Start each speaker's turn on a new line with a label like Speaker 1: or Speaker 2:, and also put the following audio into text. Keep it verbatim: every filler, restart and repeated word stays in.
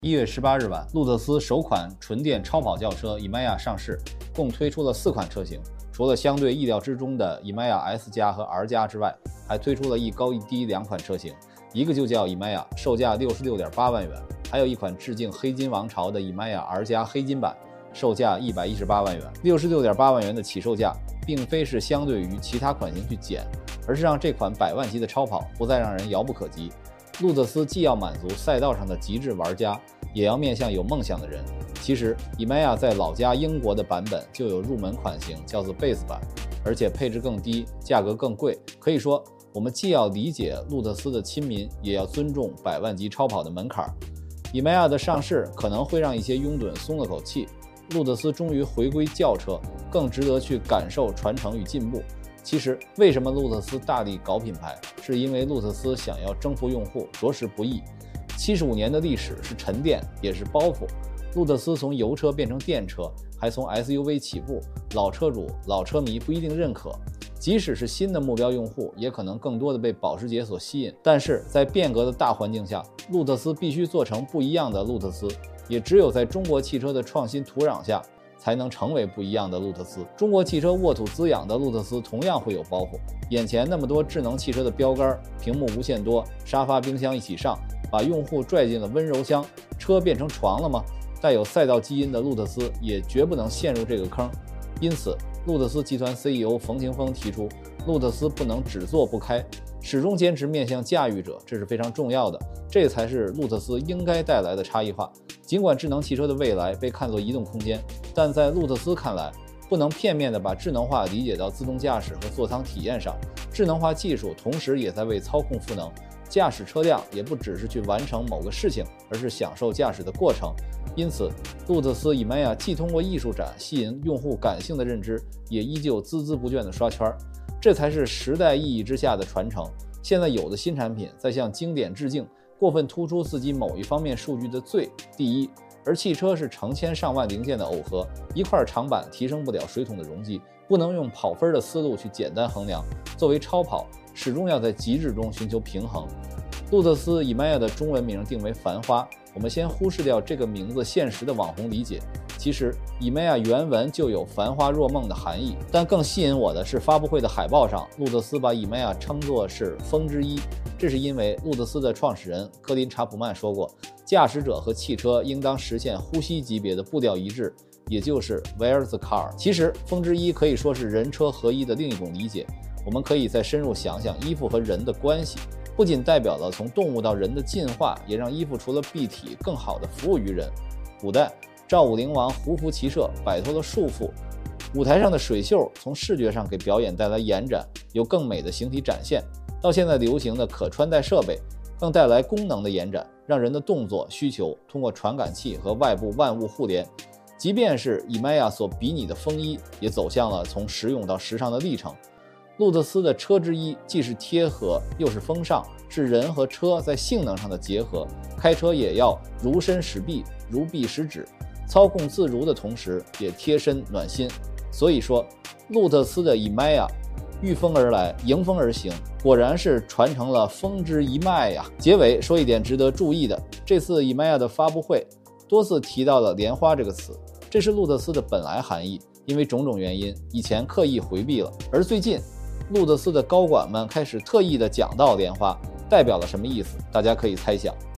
Speaker 1: 一月十八日晚，路特斯首款纯电超跑轿车 Emeya 上市，共推出了四款车型。除了相对意料之中的 Emeya S 加和 R 加之外，还推出了一高一低两款车型，一个就叫 Emeya， 售价 六十六点八万元，还有一款致敬黑金王朝的 Emeya R 加黑金版，售价一百一十八万元。六十六点八万元的起售价，并非是相对于其他款型去减，而是让这款百万级的超跑不再让人遥不可及。路特斯既要满足赛道上的极致玩家，也要面向有梦想的人。其实 Emeya 在老家英国的版本就有入门款型，叫做 Base 版，而且配置更低，价格更贵。可以说，我们既要理解路特斯的亲民，也要尊重百万级超跑的门槛。Emeya 的上市可能会让一些拥趸松了口气，路特斯终于回归轿车，更值得去感受传承与进步。其实，为什么路特斯大力搞品牌，是因为路特斯想要征服用户，着实不易。七十五年的历史是沉淀，也是包袱。路特斯从油车变成电车，还从 S U V 起步，老车主、老车迷不一定认可。即使是新的目标用户，也可能更多的被保时捷所吸引。但是在变革的大环境下，路特斯必须做成不一样的路特斯，也只有在中国汽车的创新土壤下，才能成为不一样的路特斯。中国汽车沃土滋养的路特斯同样会有包袱。眼前那么多智能汽车的标杆，屏幕无限多，沙发冰箱一起上，把用户拽进了温柔乡，车变成床了吗？带有赛道基因的路特斯也绝不能陷入这个坑。因此，路特斯集团 C E O 冯廷峰提出，路特斯不能只做不开，始终坚持面向驾驭者，这是非常重要的。这才是路特斯应该带来的差异化。尽管智能汽车的未来被看作移动空间，但在路特斯看来，不能片面地把智能化理解到自动驾驶和座舱体验上。智能化技术同时也在为操控赋能，驾驶车辆也不只是去完成某个事情，而是享受驾驶的过程。因此，路特斯 Emeya 既通过艺术展吸引用户感性的认知，也依旧孜孜不倦地刷圈，这才是时代意义之下的传承。现在有的新产品在向经典致敬，过分突出自己某一方面数据的最第一，而汽车是成千上万零件的耦合，一块长板提升不了水桶的容积，不能用跑分的思路去简单衡量。作为超跑，始终要在极致中寻求平衡。路特斯 Emeya 的中文名定为繁花，我们先忽视掉这个名字现实的网红理解。其实 Emeya 原文就有繁花若梦的含义，但更吸引我的是发布会的海报上，路特斯把 Emeya 称作是风之一。这是因为路特斯的创始人科林查普曼说过，驾驶者和汽车应当实现呼吸级别的步调一致，也就是 Where's the car？ 其实风之一可以说是人车合一的另一种理解。我们可以再深入想想衣服和人的关系，不仅代表了从动物到人的进化，也让衣服除了蔽体更好地服务于人。古代赵武灵王胡服骑射，摆脱了束缚，舞台上的水袖从视觉上给表演带来延展，有更美的形体展现。到现在流行的可穿戴设备，更带来功能的延展，让人的动作需求通过传感器和外部万物互联。即便是 Emeya 所比拟的风衣，也走向了从实用到时尚的历程。路特斯的车之一既是贴合又是风尚，是人和车在性能上的结合。开车也要如身使臂，如臂使指，操控自如的同时也贴身暖心。所以说，路特斯的 Emeya 御风而来，迎风而行，果然是传承了风之一脉呀。结尾说一点值得注意的，这次 Emeya 的发布会多次提到了莲花这个词，这是路特斯的本来含义，因为种种原因，以前刻意回避了。而最近路特斯的高管们开始特意的讲到莲花，代表了什么意思？大家可以猜想。